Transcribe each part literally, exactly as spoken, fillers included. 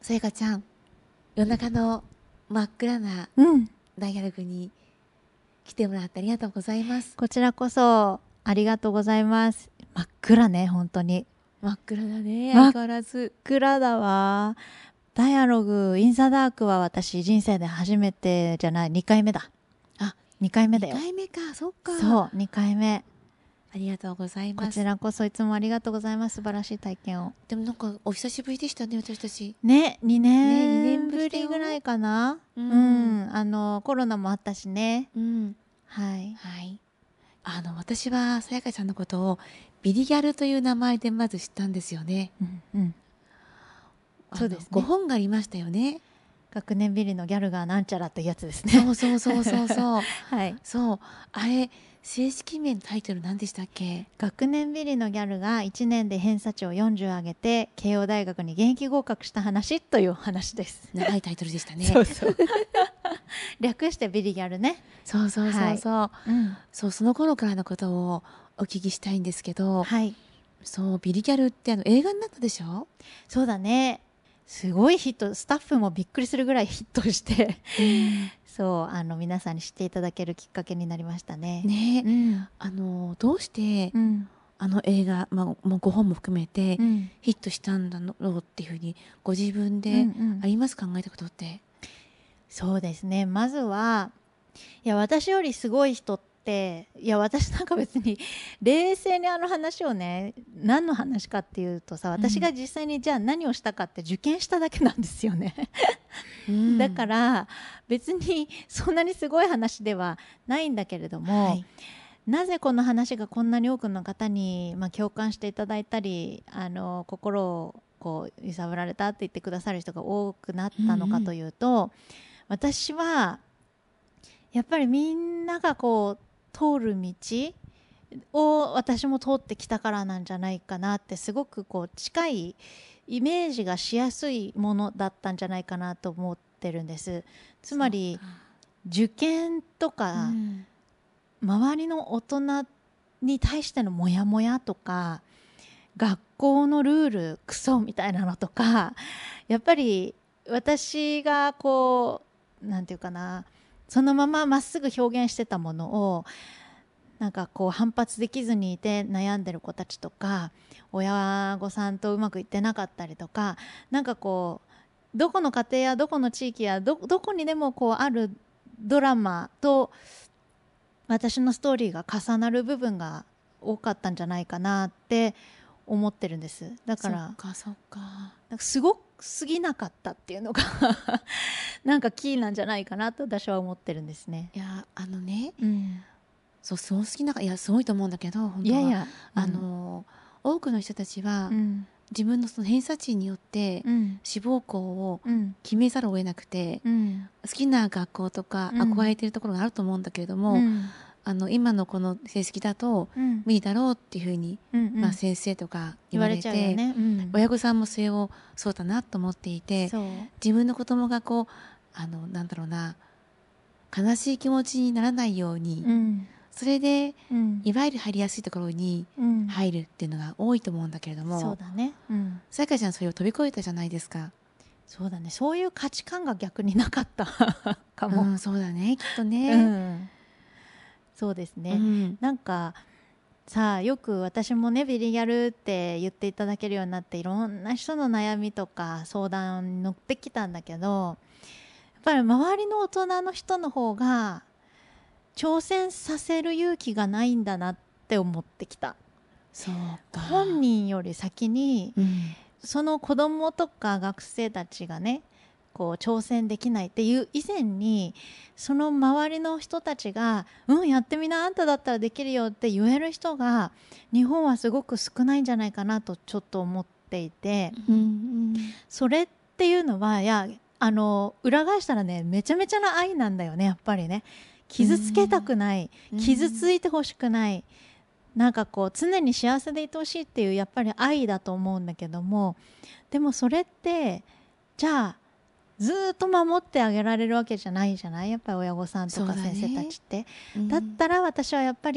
さやかちゃん、夜中の真っ暗なうんダイアログに来てもらってありがとうございます。 こちらこそありがとうございます。真っ暗ね、本当に真っ暗だね、 真っ相変わらず。 暗だわ。ダイアログインザダークは私人生で初めてじゃない、にかいめだ。 あ、 にかいめだよ。 にかいめか、そっか。 そう、にかいめ。 ありがとうございます。 こちらこそいつもありがとうございます。素晴らしい体験を。 でもなんかお久しぶりでしたね、私たち。 ね、にねんねにねんぶりぶだよりぐらいかな。 ううんん、あのコロナもあったしね。 うん。 はい。 はい。あの、私はさやかちゃんのことをビリギャルという名前でまず知ったんですよね。 うんうん。 あのそうですねご本がありましたよね。 学年ビリのギャルがなんちゃらってやつですね。 そうそうそうそうそう。 はい。 そう。あれ、正式名のタイトル何でしたっけ？ 学年ビリのギャルがいちねんで偏差値をよんじゅう上げて慶応大学に現役合格した話という話です。 長いタイトルでしたね。 そうそう。略してビリギャルね。 そうそうそうそう。 うん。 そう、その頃からのことをお聞きしたいんですけど、 はい。 そう、ビリギャルってあの映画になったでしょ？ そうだね。すごいヒット、スタッフもびっくりするぐらいヒットしてそう、あの皆さんに知っていただけるきっかけになりましたね。 ね、 うん。 あのどうしてうん。 あの映画、まあ、もうごほんも含めてうん。 ヒットしたんだろうっていうふうにご自分うんでうんあります？考えたことって。 そうですね。まずは、いや、私よりすごい人って、いや、私なんか別に、冷静にあの話をね、何の話かっていうとさ、私が実際にじゃあ何をしたかって受験しただけなんですよね。 うんだから別にそんなにすごい話ではないんだけれども、 はい、 なぜこの話がこんなに多くの方に、まあ、共感していただいたり、あの心をこう揺さぶられたって言ってくださる人が多くなったのかというと、私はやっぱりみんながこう通る道を私も通ってきたからなんじゃないかなって、すごくこう近いイメージがしやすいものだったんじゃないかなと思ってるんです。つまり受験とか、 うん周りの大人に対してのモヤモヤとか、学校のルールクソみたいなのとか、やっぱり私がこうなんていうかな、そのまままっすぐ表現してたものをなんかこう反発できずにいて悩んでる子たちとか、親御さんとうまくいってなかったりとか、なんかこうどこの家庭やどこの地域や ど, どこにでもこうあるドラマと私のストーリーが重なる部分が多かったんじゃないかなって思ってるんです。だからそっかそっか。 なんかすごすぎなかったっていうのがなんかキーなんじゃないかなと私は思ってるんですね。 いや、あのね、 うん、 そうすごすぎなか、いやすごいと思うんだけど、本当は。 いやいや、 あの多くの人たちは、 うん自分のその偏差値によってうん志望校をうん決めざるを得なくて、 うん好きな学校とかうん憧れてるところがあると思うんだけれども、 うんあの今のこの成績だとうん無理だろうっていうふうに、 うんうんまあ、先生とか言われ言われて、 ちゃうよね。うん親御さんもそれをそうだなと思っていて、 そう自分の子供がこうあのなんだろうな、悲しい気持ちにならないように、 うんそれでうんいわゆる入りやすいところにうん入るっていうのが多いと思うんだけれども、 そうだね。うんさやかちゃんそれを飛び越えたじゃないですか。 そうだね。そういう価値観が逆になかったかも。 うん、そうだね、きっとうね。 ん、そうですね。 うんなんかさあ、よく私もねビリギャルって言っていただけるようになって、いろんな人の悩みとか相談に乗ってきたんだけど、やっぱり周りの大人の人の方が挑戦させる勇気がないんだなって思ってきた。 そうか。 本人より先にうんその子供とか学生たちがねこう挑戦できないっていう以前に、その周りの人たちがうんやってみな、あんただったらできるよって言える人が日本はすごく少ないんじゃないかなとちょっと思っていて、 うんそれっていうのは、いやあの裏返したらね、めちゃめちゃな愛なんだよね、やっぱりね。傷つけたくない、 うん傷ついてほしくない、なんかこう常に幸せでいてほしいっていうやっぱり愛だと思うんだけども、でもそれってじゃあずーっと守ってあげられるわけじゃないじゃない、やっぱり親御さんとかそうだね先生たちって。 うんだったら私はやっぱり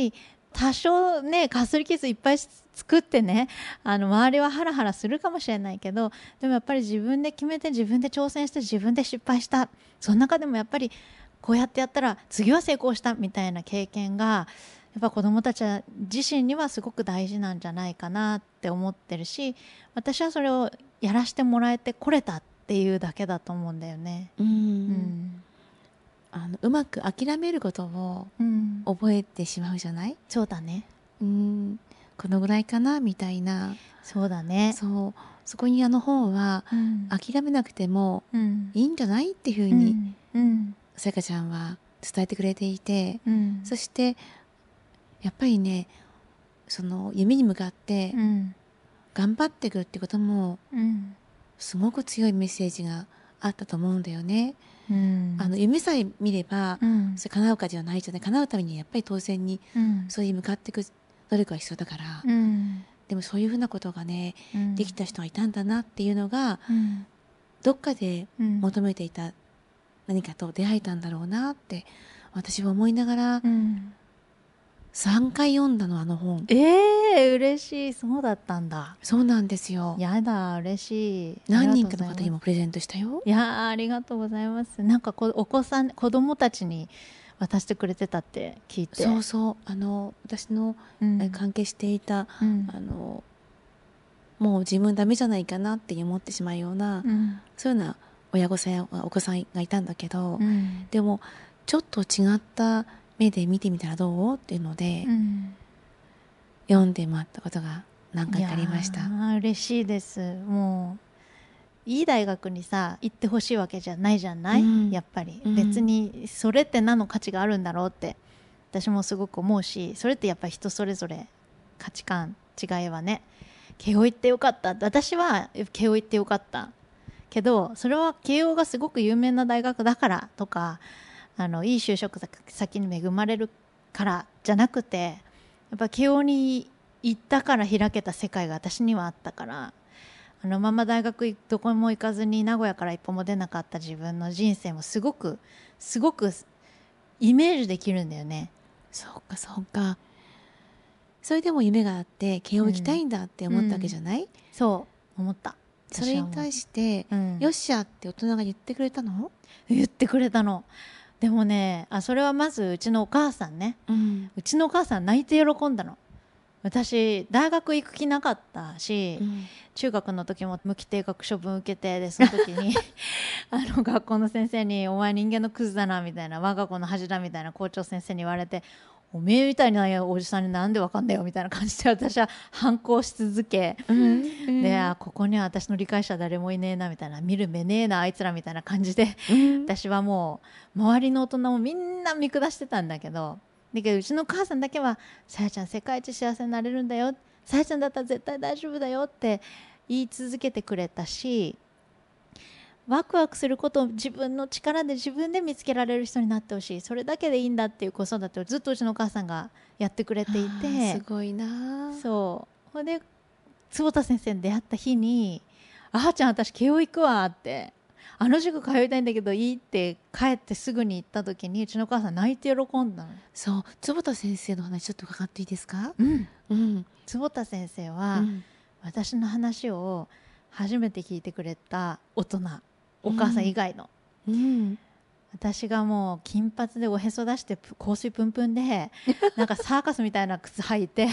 多少ねかすり傷いっぱい作ってね、あの周りはハラハラするかもしれないけど、でもやっぱり自分で決めて自分で挑戦して自分で失敗した、その中でもやっぱりこうやってやったら次は成功したみたいな経験がやっぱ子どもたち自身にはすごく大事なんじゃないかなって思ってるし、私はそれをやらせてもらえてこれたっていうだけだと思うんだよね。 うん、 うんあのうまく諦めることをうん、 覚えてしまうじゃない。 そうだねうんこのぐらいかなみたいな。 そうだね。 そうそこにあの本はうん諦めなくてもうんいいんじゃないっていうふううにんうんさやかちゃんは伝えてくれていて、 うんそしてやっぱりねその夢に向かってうん頑張っていくってこともうんすごく強いメッセージがあったと思うんだよね。 うんあの夢さえ見ればうんそれ叶うかではないじゃない。叶うためにはやっぱり当然にうんそういう向かっていく努力が必要だから、 うんでもそういうふうなことがねうんできた人がいたんだなっていうのがうんどっかでうん求めていた何かと出会えたんだろうなって私は思いながらうんさんかい読んだの、あの本。 えー、嬉しい。そうだったんだ。 そうなんですよ。 やだ嬉しい。 何人かの方ありがとうございます。 にもプレゼントしたよ。 いやーありがとうございます。なんかこお子さん子供たちに渡してくれてたって聞いて、 そうそうあの私のうんえ関係していた、 うんあのもう自分ダメじゃないかなって思ってしまうような、 うんそういうような親御さんやお子さんがいたんだけど、 うんでもちょっと違った目で見てみたらどうっていうので、 うん読んでもらったことが何回かありましたいやー嬉しいです。もういい大学にさ行ってほしいわけじゃないじゃない、 うんやっぱり、 うん別にそれって何の価値があるんだろうって私もすごく思うし、それってやっぱり人それぞれ価値観違いはね。慶応行ってよかった、私は慶応行ってよかったけど、それは慶応がすごく有名な大学だからとか、あのいい就職先に恵まれるからじゃなくて、やっぱ慶応に行ったから開けた世界が私にはあったから、あのまま大学どこも行かずに名古屋から一歩も出なかった自分の人生もすごくすごくイメージできるんだよね。 そうかそうか。それでも夢があって慶応行きたいんだって思ったわけじゃない、 そう思った。 それに対して、 うんよっしゃって大人が言ってくれたの？ 言ってくれたの。でもね、あそれはまずうちのお母さんね、 うんうちのお母さん泣いて喜んだの。私大学行く気なかったし、 うん中学の時も無期定額処分受けて、でその時にあの学校の先生に「お前人間のクズだな」みたいな、我が子の恥だみたいな校長先生に言われて「おめえみたいなおじさんになんでわかんだよ」みたいな感じで私は反抗し続け、 うんであここには私の理解者誰もいねえなみたいな、見る目ねえなあいつらみたいな感じでうん私はもう周りの大人もみんな見下してたんだけど、だけどうちの母さんだけは「さやちゃん世界一幸せになれるんだよ、さやちゃんだったら絶対大丈夫だよ」って言い続けてくれたし、ワクワクすることを自分の力で自分で見つけられる人になってほしい、それだけでいいんだっていう子育てをずっとうちのお母さんがやってくれていあーて、 すごいな。 そうほんで坪田先生に出会った日に「あーちゃん私慶応行くわ」って「あの塾通いたいんだけどいい?」って帰ってすぐに行った時にうちのお母さん泣いて喜んだの。 そう坪田先生の話ちょっと伺っていいですか？ うんうん坪田先生うは、 ん私の話を初めて聞いてくれた大人、お母さん以外の、 うん私がもう金髪でおへそ出してぷ香水プンプンでなんかサーカスみたいな靴履いて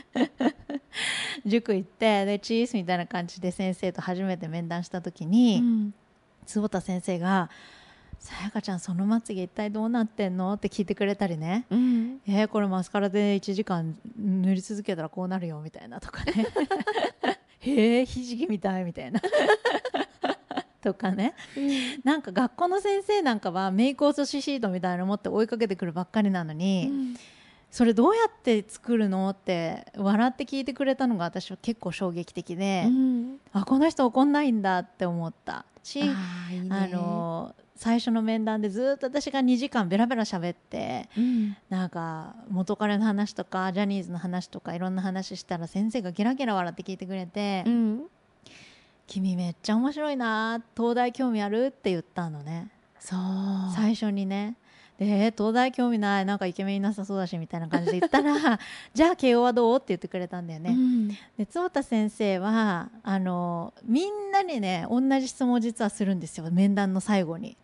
塾行ってでチーズみたいな感じで先生と初めて面談した時うに、 ん坪田先生が「さやかちゃんそのまつげ一体どうなってんの?」って聞いてくれたりねうん 「えー、これマスカラでいちじかん塗り続けたらこうなるよ」みたいなとかね「へえひじきみたい」みたいなとかね、なんか学校の先生なんかはメイク落としシートみたいなの持って追いかけてくるばっかりなのに、 うんそれどうやって作るのって笑って聞いてくれたのが私は結構衝撃的で、 うんあこの人怒んないんだって思ったし、 あーいいねあの最初の面談でずっと私がにじかんベラベラ喋ってうんなんか元彼の話とかジャニーズの話とかいろんな話したら先生がゲラゲラ笑って聞いてくれて、 うん君めっちゃ面白いな東大興味あるって言ったのね、 そう最初にね。 でえー東大興味ない、なんかイケメンいなさそうだしみたいな感じで言ったらじゃあ慶応はどうって言ってくれたんだよね。 うん、 で坪田先生はあのみんなにね同じ質問を実はするんですよ、面談の最後に。 うん、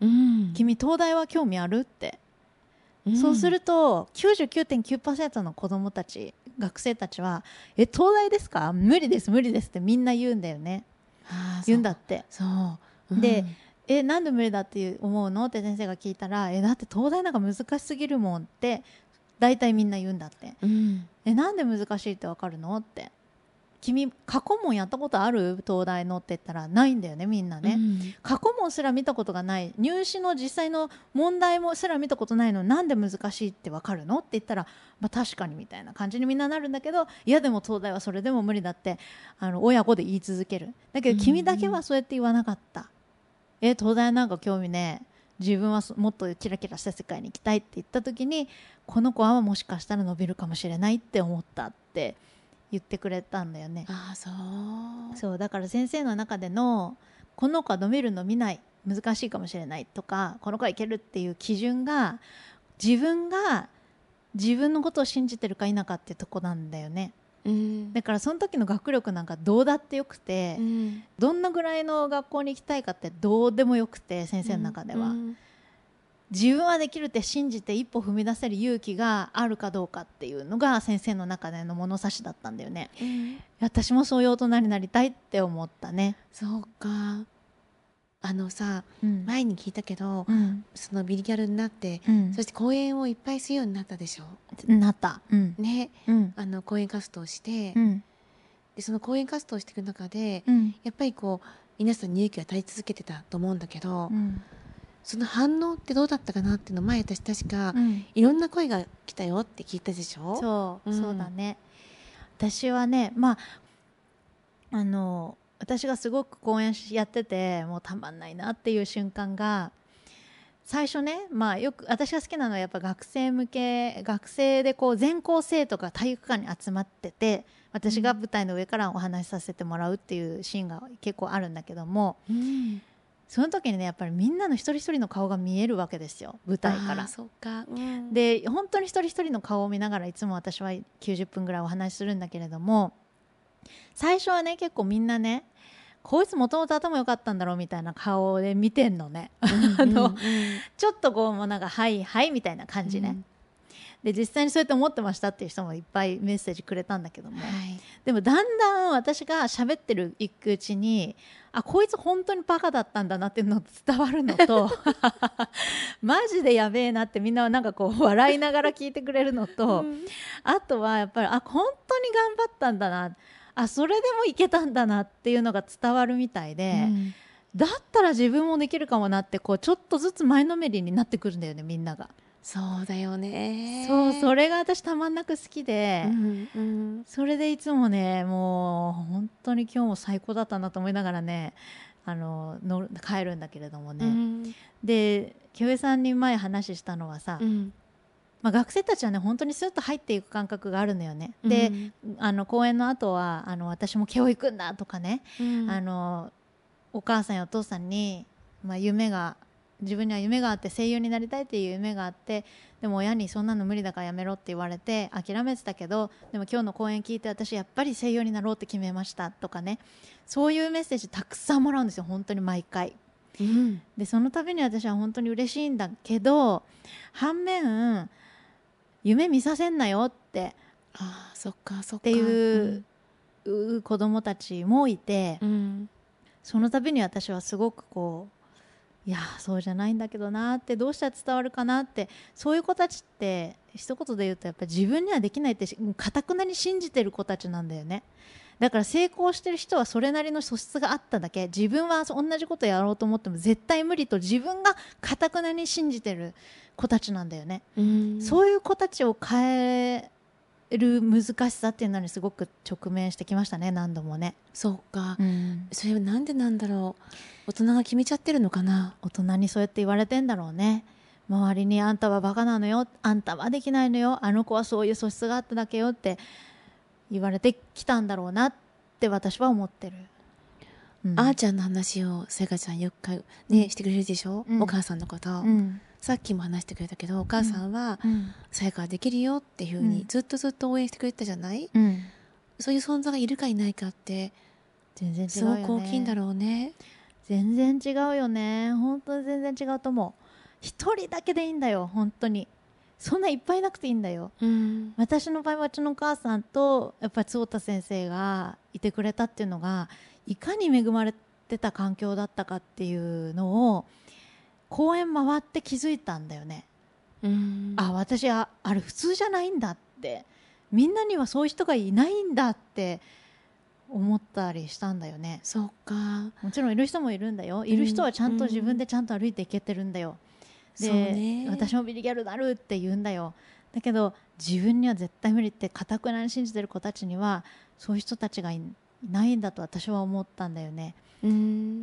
君東大は興味あるって、 うん、 そうすると きゅうじゅうきゅうてんきゅうパーセント の子どもたち学生たちはえ東大ですか、無理です無理ですってみんな言うんだよね。 あー言うんだって。 そう、そう、 でえなんで無理だって思うのって先生が聞いたら、えだって東大なんか難しすぎるもんって大体みんな言うんだって。 うん、 えなんで難しいってわかるのって、君過去問やったことある東大のって言ったらないんだよねみんなね、 うん、 過去問すら見たことがない、入試の実際の問題もすら見たことないのなんで難しいってわかるのって言ったら、まあ、確かにみたいな感じにみんななるんだけど、いやでも東大はそれでも無理だってあの親子で言い続ける。だけど君だけはそうやって言わなかった、え東大なんか興味ねえ、自分はもっとキラキラした世界に行きたいって言った時に、この子はもしかしたら伸びるかもしれないって思ったって言ってくれたんだよね。 ああそうそうだから先生の中でのこの子は伸びる伸びない難しいかもしれないとか、この子はいけるっていう基準が自分が自分のことを信じてるか否かっていうとこなんだよね。 うん、 だからその時の学力なんかどうだってよくて、 うん、 どんなぐらいの学校に行きたいかってどうでもよくて、先生の中では、 うん、 自分はできるって信じて一歩踏み出せる勇気があるかどうかっていうのが先生の中での物差しだったんだよね。 うん、 私もそういう大人になりたいって思ったね。 そうか。あのさ、 うん前に聞いたけど、 うんそのビリギャルになって、 うんそして講演をいっぱいするようになったでしょ。 なった。うんね、 うんあの講演活動をして、 うんでその講演活動をしていく中で、 うんやっぱりこう皆さんに勇気が足り続けてたと思うんだけど、 うんその反応ってどうだったかなっていうのを前私確か、 うんいろんな声が来たよって聞いたでしょ。 そう、 うんそうだね。私はね、まああの私がすごく講演やっててもうたまんないなっていう瞬間が、最初ね、まあよく私が好きなのはやっぱ学生向け、学生でこう全校生徒が体育館に集まってて、私が舞台の上からお話しさせてもらうっていうシーンが結構あるんだけども、 うん、 その時にねやっぱりみんなの一人一人の顔が見えるわけですよ、舞台かあーら。 そうか、うん、 で本当に一人一人の顔を見ながらいつも私はきゅうじゅっぷんぐらいお話しするんだけれども、最初はね結構みんなね、こいつもともと頭良かったんだろうみたいな顔で見てんのねあの、 うんうんちょっとこうもうなんかはいはいみたいな感じね、で実際にそうやって思ってましたっていう人もいっぱいメッセージくれたんだけども、 はい、 でもだんだん私が喋ってるいくうちに、あこいつ本当にバカだったんだなっていうのが伝わるのとマジでやべえなってみんななんかこう笑いながら聞いてくれるのと、 うんあとはやっぱりあ本当に頑張ったんだな、あそれでもいけたんだなっていうのが伝わるみたいで、 うんだったら自分もできるかもなってこうちょっとずつ前のめりになってくるんだよねみんなが。 そうだよね。 そうそれが私たまんなく好きで、 うんうん、 それでいつもねもう本当に今日も最高だったなと思いながらねあのの帰るんだけれどもね、 うん、 で京平さんに前話したのはさ、 うんまあ、学生たちはね本当にスッと入っていく感覚があるのよね。で、 うんあの講演の後はあの私も慶応行くんだとかね、 うんあのお母さんやお父さんに、まあ、夢が自分には夢があって声優になりたいっていう夢があって、でも親にそんなの無理だからやめろって言われて諦めてたけど、でも今日の講演聞いて私やっぱり声優になろうって決めましたとかね、そういうメッセージたくさんもらうんですよ本当に毎回。 うんでその度に私は本当に嬉しいんだけど、反面夢見させんなよってあーそっかそっかっていうう子供たちもいて、 うんうんその度に私はすごくこういやそうじゃないんだけどなって、どうしたら伝わるかなって、そういう子たちって一言で言うとやっぱり自分にはできないってかたくなに信じてる子たちなんだよね。だから成功してる人はそれなりの素質があっただけ、自分は同じことやろうと思っても絶対無理と自分がかたくなに信じてる子たちなんだよね、 うん、 そういう子たちを変える難しさっていうのにすごく直面してきましたね何度もね、 そうか、 うん、 それはなんでなんだろう。大人が決めちゃってるのかな。 大人にそうやって言われてんだろうね。周りにあんたはバカなのよ、あんたはできないのよ、あの子はそういう素質があっただけよって言われてきたんだろうなって私は思ってる。 うん、 あーちゃんの話をさやかちゃんよくかね、 うん、 してくれるでしょ、 うん、 お母さんのこと、 うん、 さっきも話してくれたけど、お母さんはうん、 さやかはできるよっていうふうにうんずっとずっと応援してくれたじゃない、 うん、 そういう存在がいるかいないかって全然違すごうよく大きいんだね。 ろうね。 全然違うよね。本当に全然違うと思う。一人だけでいいんだよ、本当に。そんないっぱいいなくていいんだよ。 うん、 私の場合はうちのお母さんとやっぱり坪田先生がいてくれたっていうのがいかに恵まれてた環境だったかっていうのを公園回って気づいたんだよね。 うん、 あ、私はあれ普通じゃないんだって、みんなにはそういう人がいないんだって思ったりしたんだよね。 そうか。 もちろんいる人もいるんだよ。いる人はちゃんと自分でちゃんと歩いていけてるんだよ。 そうで、 ね。 私もビリギャルなるって言うんだよ。だけど自分には絶対無理って固くなに信じてる子たちにはそういう人たちが い, いないんだと私は思ったんだよね。 うん、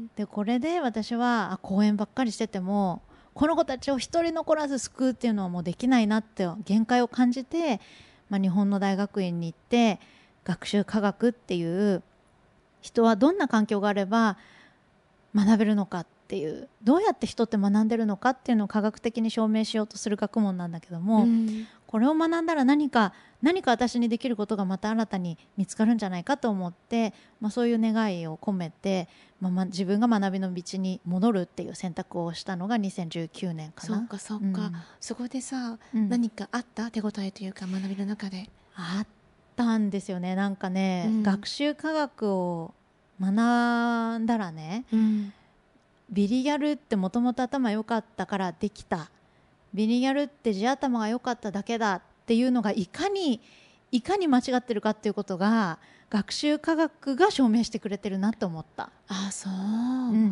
でこれで私はあ講演ばっかりしててもこの子たちを一人残らず救うっていうのはもうできないなって限界を感じて、まあ、日本の大学院に行って学習科学っていう人はどんな環境があれば学べるのかっていう、どうやって人って学んでるのかっていうのを科学的に証明しようとする学問なんだけども、 うん、 これを学んだら何か何か私にできることがまた新たに見つかるんじゃないかと思って、まあ、そういう願いを込めて、まあ、ま自分が学びの道に戻るっていう選択をしたのがにせんじゅうきゅうねんかな。 そうかそうか、うん、そこでさ、 うん、 何かあった手応えというか学びの中で。 あったんですよね。なんかね、うん、学習科学を学んだらね、うん、ビリギャルってもともと頭良かったからできた、ビリギャルって地頭が良かっただけだっていうのがいかにいかに間違ってるかっていうことが学習科学が証明してくれてるなと思った。 あ、そう、うん、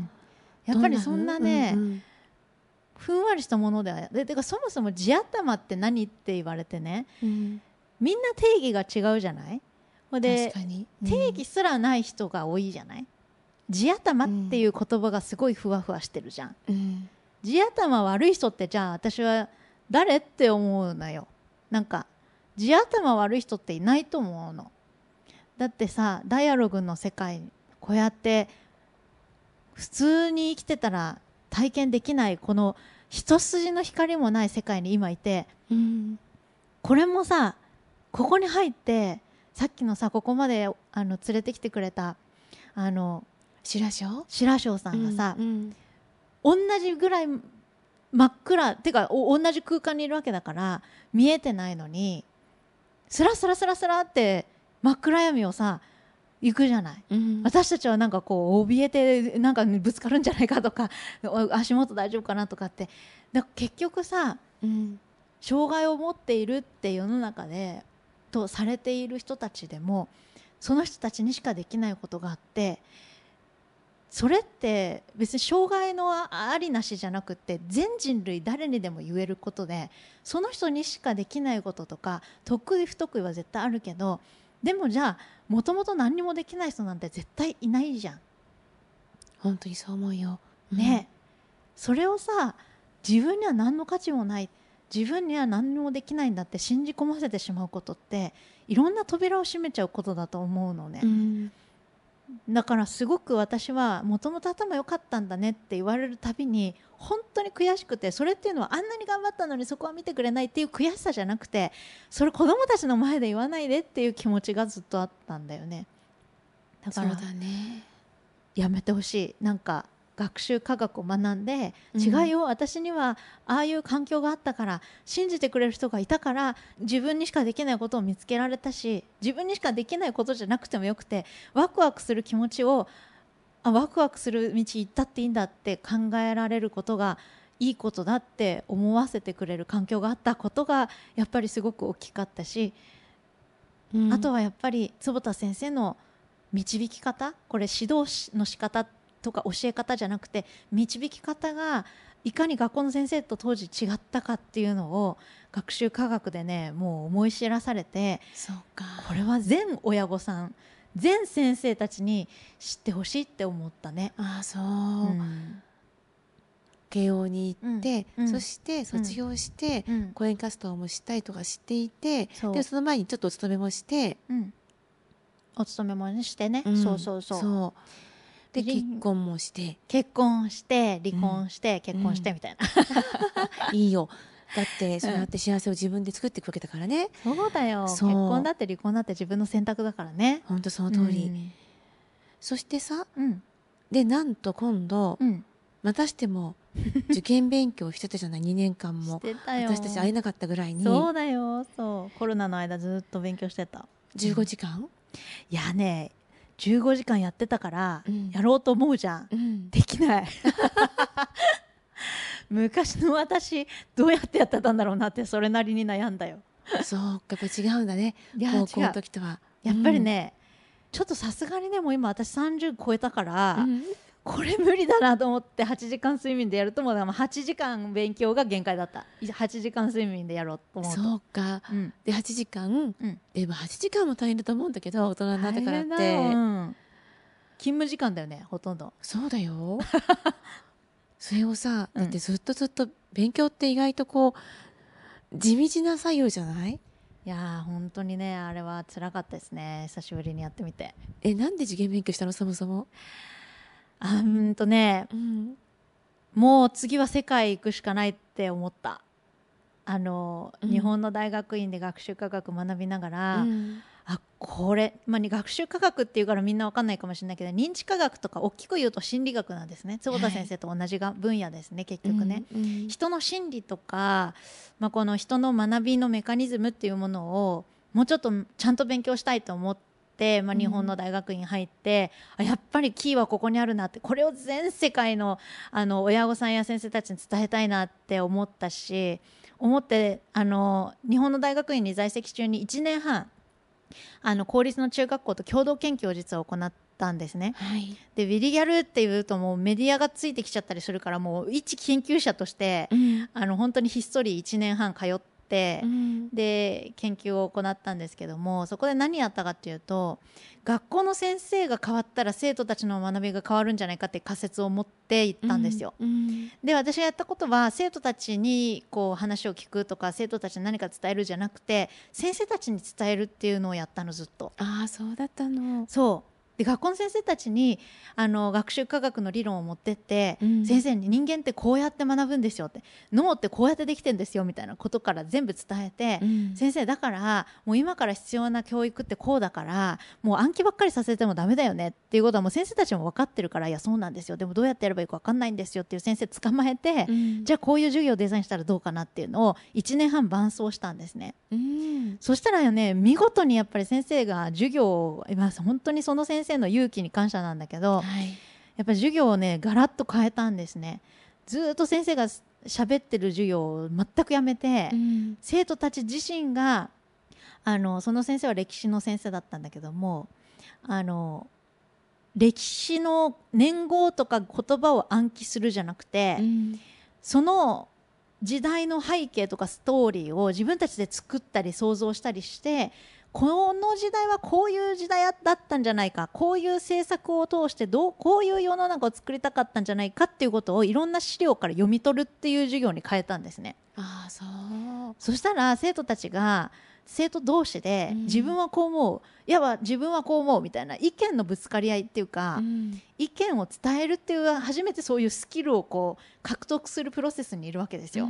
やっぱりそんなね、 うんうん、 ふんわりしたものではでてかそもそも地頭って何って言われてね、うん、みんな定義が違うじゃない。で確かに、 うん、定義すらない人が多いじゃない。地頭っていう言葉がすごいふわふわしてるじゃん、うん、地頭悪い人ってじゃあ私は誰って思うのよ。なんか地頭悪い人っていないと思うの。だってさ、ダイアログの世界こうやって普通に生きてたら体験できないこの一筋の光もない世界に今いて、うん、これもさここに入ってさっきのさここまであの連れてきてくれたあの白翔白翔さんがさ、 うんうん、 同じぐらい真っ暗てか同じ空間にいるわけだから見えてないのにスラスラスラスラって真っ暗闇をさ行くじゃない、うん、私たちはなんかこう怯えてなんかぶつかるんじゃないかとか足元大丈夫かなとかってだから結局さ、うん、障害を持っているって世の中でとされている人たちでもその人たちにしかできないことがあって、それって別に障害のありなしじゃなくて全人類誰にでも言えることで、その人にしかできないこととか得意不得意は絶対あるけど、でもじゃあもともと何にもできない人なんて絶対いないじゃん。 本当にそう思うよ、 うん、ね。それをさ自分には何の価値もない、自分には何にもできないんだって信じ込ませてしまうことっていろんな扉を閉めちゃうことだと思うのね、うん、だからすごく私はもともと頭良かったんだねって言われるたびに本当に悔しくて、それっていうのはあんなに頑張ったのにそこは見てくれないっていう悔しさじゃなくて、それ子供たちの前で言わないでっていう気持ちがずっとあったんだよね。だからそうだね、 やめてほしい。なんか学習科学を学んで、うん、違いよ、私にはああいう環境があったから、信じてくれる人がいたから、自分にしかできないことを見つけられたし、自分にしかできないことじゃなくてもよくてワクワクする気持ちをあワクワクする道行ったっていいんだって考えられることがいいことだって思わせてくれる環境があったことがやっぱりすごく大きかったし、うん、あとはやっぱり坪田先生の導き方、これ指導の仕方とか教え方じゃなくて導き方がいかに学校の先生と当時違ったかっていうのを学習科学でねもう思い知らされて、 そうか、 これは全親御さん全先生たちに知ってほしいって思ったね。 ああそう、うん、慶応に行って、うん、そして卒業して、うん、講演活動もしたいとか知っていて、うん、でその前にちょっとお勤めもして、 うん、お勤めもしてね、うん、そうそうそうそうで結婚もして結婚して離婚して、うん、結婚してみたいな、 うん、いいよ。だってそうやって幸せを自分で作っていくわけだからね。 そうだよ。結婚だって離婚だって自分の選択だからね。 ほんとその通り、うん、そしてさ、うん、でなんと今度、うん、またしても受験勉強してたじゃないにねんかんも。 してたよ。 私たち会えなかったぐらいに。 そうだよ。そうコロナの間ずっと勉強してた。 じゅうごじかん、うん、 いやねじゅうごじかんやってたから、うん、やろうと思うじゃん、うん、できない昔の私どうやってやってたんだろうなってそれなりに悩んだよ。 そうか、やっぱ違うんだね。高校の時とはやっぱりね、うん、ちょっとさすがにねもう今私さんじゅう超えたから、うん、これ無理だなと思ってはちじかん睡眠でやるともうはちじかん勉強が限界だった。はちじかん睡眠でやろうと思うと。 そうか、うん、ではちじかん、うん、でもはちじかんも大変だと思うんだけど大人になってからって、うん、 勤務時間だよねほとんど。 そうだよそれをさだってずっとずっと勉強って意外とこう地道な作業じゃない？ いやー本当にねあれは辛かったですね。久しぶりにやってみて。 えなんで受験勉強したのそもそも？ あんとね、うん、もう次は世界行くしかないって思った。あの、うん、日本の大学院で学習科学学びながら、うん、あこれ、まあ、学習科学っていうからみんな分かんないかもしれないけど認知科学とか大きく言うと心理学なんですね。坪田先生と同じが分野ですね、はい、結局ね、うんうん、人の心理とか、まあ、この人の学びのメカニズムっていうものをもうちょっとちゃんと勉強したいと思って、まあ、日本の大学院入って、うん、あやっぱりキーはここにあるなってこれを全世界 の, あの親御さんや先生たちに伝えたいなって思ったし思ってあの日本の大学院に在籍中にいちねんはんあの公立の中学校と共同研究を実は行ったんですね、はい、でウィリギャルっていうともうメディアがついてきちゃったりするからもう一研究者として、うん、あの本当にひっそりいちねんはん通って、うん、で研究を行ったんですけどもそこで何やったかっていうと学校の先生が変わったら生徒たちの学びが変わるんじゃないかって仮説を持っていったんですよ、うんうん、で私がやったことは生徒たちにこう話を聞くとか生徒たちに何か伝えるじゃなくて先生たちに伝えるっていうのをやったのずっと。 ああそうだったの。 そうで学校の先生たちにあの学習科学の理論を持ってって、うん、先生に人間ってこうやって学ぶんですよって脳ってこうやってできてるんですよみたいなことから全部伝えて、うん、先生だからもう今から必要な教育ってこうだからもう暗記ばっかりさせてもダメだよねっていうことはもう先生たちも分かってるからいやそうなんですよでもどうやってやればいいか分かんないんですよっていう先生捕まえて、うん、じゃあこういう授業をデザインしたらどうかなっていうのをいちねんはん伴走したんですね、うん、そしたらよね見事にやっぱり先生が授業を今本当にその先生の勇気に感謝なんだけど、はい、やっぱり授業をねガラッと変えたんですね。ずっと先生が喋ってる授業を全くやめて、うん、生徒たち自身があのその先生は歴史の先生だったんだけどもあの歴史の年号とか言葉を暗記するじゃなくて、うん、その時代の背景とかストーリーを自分たちで作ったり想像したりしてこの時代はこういう時代だったんじゃないかこういう政策を通してどうこういう世の中を作りたかったんじゃないかっていうことをいろんな資料から読み取るっていう授業に変えたんですね。 ああそう。 そしたら生徒たちが生徒同士で、うん、自分はこう思ういや自分はこう思うみたいな意見のぶつかり合いっていうか、うん、意見を伝えるっていう初めてそういうスキルをこう獲得するプロセスにいるわけですよ、うん、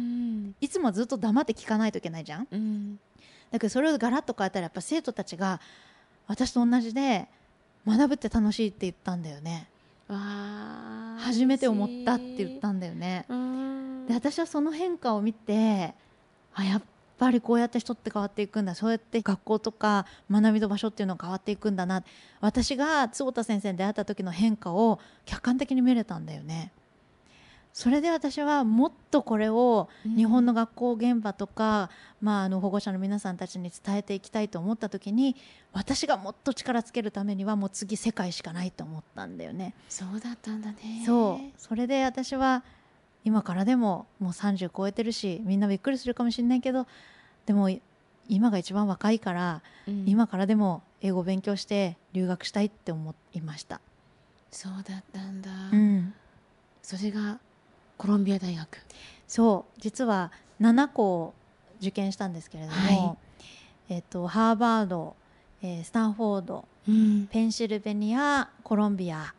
いつもずっと黙って聞かないといけないじゃん、うん、だけどそれをガラッと変えたらやっぱ生徒たちが私と同じで学ぶって楽しいって言ったんだよね。 わ初めて思ったって言ったんだよね。で私はその変化を見てあやっぱりこうやって人って変わっていくんだそうやって学校とか学びの場所っていうのが変わっていくんだな私が坪田先生に出会った時の変化を客観的に見れたんだよね。それで私はもっとこれを日本の学校現場とか、うんまあ、あの保護者の皆さんたちに伝えていきたいと思った時に私がもっと力つけるためにはもう次世界しかないと思ったんだよね。 そうだったんだね。 そうそれで私は今からでももうさんじゅう超えてるしみんなびっくりするかもしれないけどでも今が一番若いから、うん、今からでも英語を勉強して留学したいって思いました。 そうだったんだ、 うん、 それがコロンビア大学。 そう実はななこ受験したんですけれども、はいえー、とハーバード、えー、スタンフォード、うん、ペンシルベニアコロンビア、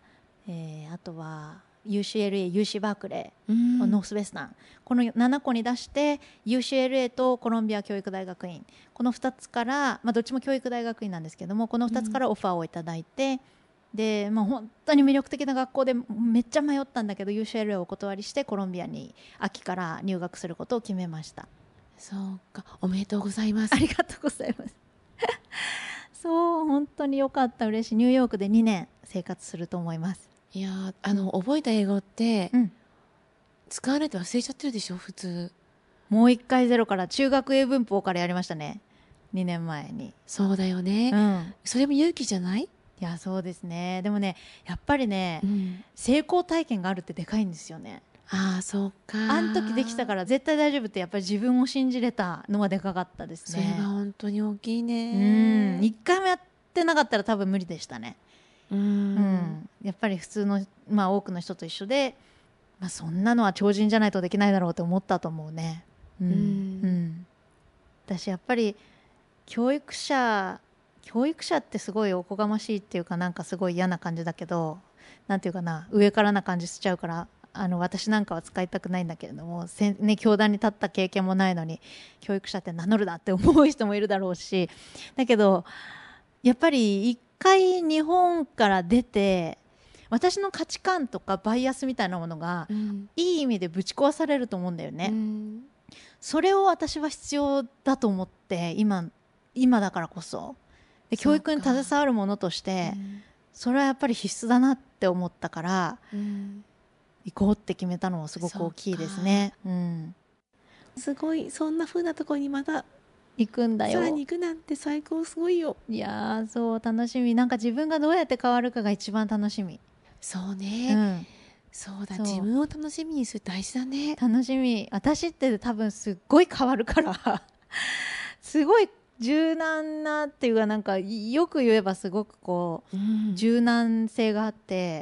えー、あとは ユーシーエルエー、ユーシー バークレー、 うん、 ノースウェスタン、このななこに出して ユーシーエルエー とコロンビア教育大学院、このふたつから、まあ、どっちも教育大学院なんですけども、このふたつからオファーをいただいて、うん、で、まあ、本当に魅力的な学校でめっちゃ迷ったんだけど ユーシーエルエー をお断りしてコロンビアに秋から入学することを決めました。 そうか、おめでとうございます。 ありがとうございますそう本当によかった、嬉しい。ニューヨークでにねん生活すると思います。 いやあの、うん、覚えた英語って、 うん、 使わないと忘れちゃってるでしょ普通。 もう一回ゼロから中学英文法からやりましたね、にねんまえに。 そうだよね、 うん、 それも勇気じゃない？いやそうですね。でもねやっぱりね、うん、成功体験があるってでかいんですよね。 ああそうか。 あの時できたから絶対大丈夫ってやっぱり自分を信じれたのはでかかったですね。 それは本当に大きいね。 うん、いっかいもやってなかったら多分無理でしたね。 うん、うん、 やっぱり普通の、まあ、多くの人と一緒で、まあ、そんなのは超人じゃないとできないだろうって思ったと思うね。うん、うんうん、私やっぱり教育者教育者ってすごいおこがましいっていうか、なんかすごい嫌な感じだけど、なんていうかな、上からな感じしちゃうから、あの私なんかは使いたくないんだけれども、せ、ね、教壇に立った経験もないのに教育者って名乗るなって思う人もいるだろうし、だけどやっぱり一回日本から出て私の価値観とかバイアスみたいなものが、うん、いい意味でぶち壊されると思うんだよね、うん、それを私は必要だと思って、今今だからこそで教育に携わるものとして、うん、それはやっぱり必須だなって思ったから、うん、行こうって決めたのはすごく大きいですね、うん、 すごい。そんな風なところにまた行くんだよ。 さらに行くなんて最高、すごいよ。 いやそう楽しみ。なんか自分がどうやって変わるかが一番楽しみ。 そうね、うん、そうだ、自分を楽しみにする大事だね。 楽しみ。私って多分すっごい変わるからすごい柔軟なっていうか、なんかよく言えばすごくこう、うん、柔軟性があって、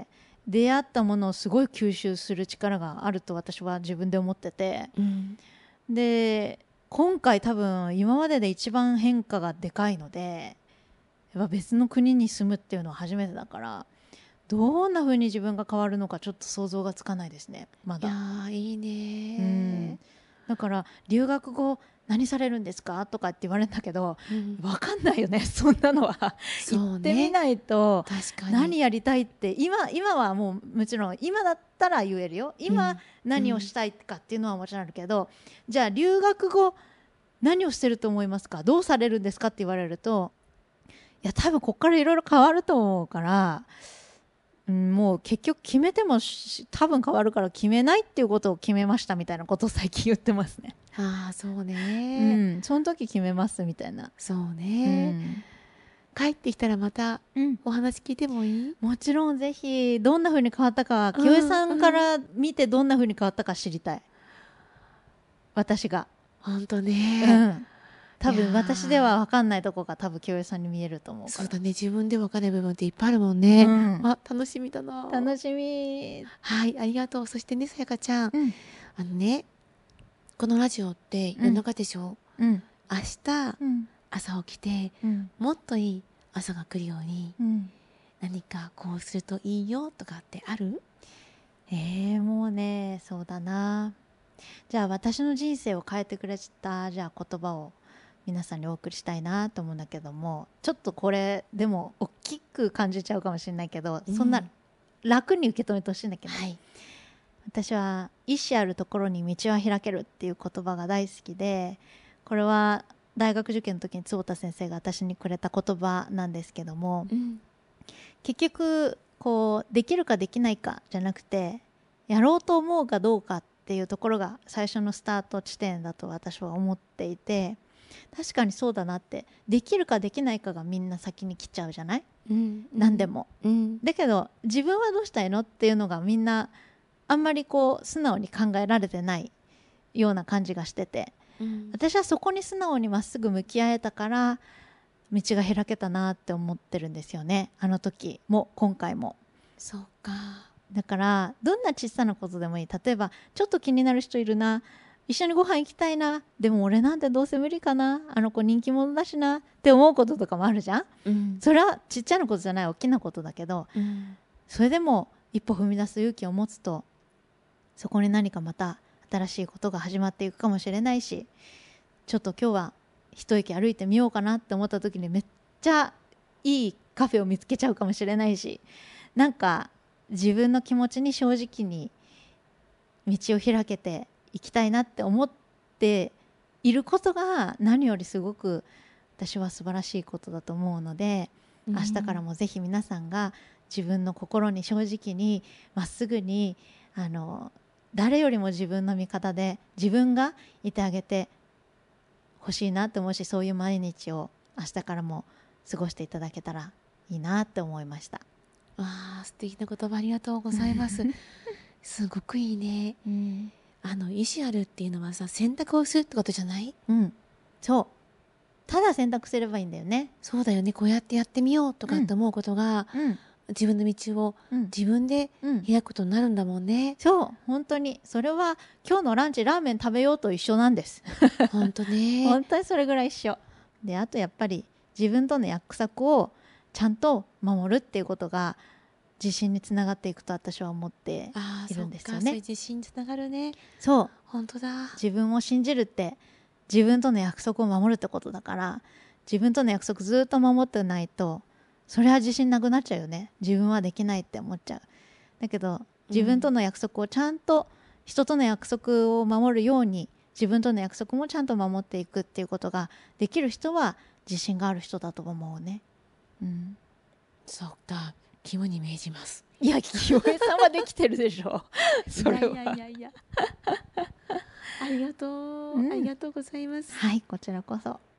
出会ったものをすごい吸収する力があると私は自分で思ってて、うん、で今回多分今までで一番変化がでかいので、やっぱ別の国に住むっていうのは初めてだから、どんな風に自分が変わるのかちょっと想像がつかないですね、まだ。 いやいいね、 うん、だから留学後何されるんですかとかって言われるんだけど、うん、分かんないよねそんなのは行ってみないと、何やりたいって今今はもうもちろん今だったら言えるよ。今何をしたいかっていうのはもちろんあるけど、うん、じゃあ留学後何をしてると思いますか、どうされるんですかって言われると、いや多分ここからいろいろ変わると思うから、うん、もう結局決めても多分変わるから決めないっていうことを決めましたみたいなことを最近言ってますね。 ああそうね、 うん、その時決めますみたいな。 そうね、うん、帰ってきたらまたお話聞いてもいい？ うん、もちろんぜひ。どんな風に変わったか、清江さんから見てどんな風に変わったか知りたい、私が。 本当ね、 うん、多分私では分かんないとこが多分清江さんに見えると思うから。 そうだね、自分で分かんない部分っていっぱいあるもんね、うん、あ楽しみだな。 楽しみ。 はい、ありがとう。そしてね、さやかちゃん、うん、あのね、このラジオって夜中でしょ、うん、明日、うん、朝起きて、うん、もっといい朝が来るように、うん、何かこうするといいよとかってある？ えー、もうね、そうだな。じゃあ私の人生を変えてくれたじゃあ言葉を皆さんにお送りしたいなと思うんだけども、ちょっとこれでも大きく感じちゃうかもしれないけど、うん、そんな楽に受け止めてほしいんだけど、はい、私は意志あるところに道は開けるっていう言葉が大好きで、これは大学受験の時に坪田先生が私にくれた言葉なんですけども、うん、結局こうできるかできないかじゃなくて、やろうと思うかどうかっていうところが最初のスタート地点だと私は思っていて、確かにそうだなって。できるかできないかがみんな先に来ちゃうじゃない、うん、何でも、うん、だけど自分はどうしたいのっていうのがみんなあんまりこう素直に考えられてないような感じがしてて、うん、私はそこに素直にまっすぐ向き合えたから道が開けたなって思ってるんですよね。あの時も今回も。 そうか。 だからどんな小さなことでもいい。例えばちょっと気になる人いるな、一緒にご飯行きたいな、でも俺なんてどうせ無理かな、あの子人気者だしなって思うこととかもあるじゃん、うん、それはちっちゃなことじゃない大きなことだけど、うん、それでも一歩踏み出す勇気を持つと、そこに何かまた新しいことが始まっていくかもしれないし、ちょっと今日は一息歩いてみようかなって思った時にめっちゃいいカフェを見つけちゃうかもしれないし、なんか自分の気持ちに正直に道を開けていきたいなって思っていることが何よりすごく私は素晴らしいことだと思うので、明日からもぜひ皆さんが自分の心に正直にまっすぐに、あの誰よりも自分の味方で自分がいてあげてほしいなって思うし、そういう毎日を明日からも過ごしていただけたらいいなって思いました。 わあ、素敵な言葉ありがとうございますすごくいいね、うん、あの意思あるっていうのはさ、選択をするってことじゃない？ うん、そう、ただ選択すればいいんだよね。 そうだよね、こうやってやってみようとかって思うことが、うん、自分の道を自分で開くことになるんだもんね、うん、 そう、本当にそれは今日のランチラーメン食べようと一緒なんです本当ね本当にそれぐらい一緒で、あとやっぱり自分との約束をちゃんと守るっていうことが自信につながっていくと私は思っているんですよね。あ、そっか、 そういう自信につながるね。 そう、 本当だ。 自分を信じるって自分との約束を守るってことだから、自分との約束ずっと守ってないとそれは自信なくなっちゃうよね。自分はできないって思っちゃう。だけど自分との約束をちゃんと、うん、人との約束を守るように自分との約束もちゃんと守っていくっていうことができる人は自信がある人だと思うね。うん、 そうか、肝に銘じます。 いや、清江さんはできてるでしょそれは。 いやいやいやいやありがとう、うん、ありがとうございます。 はい、こちらこそ。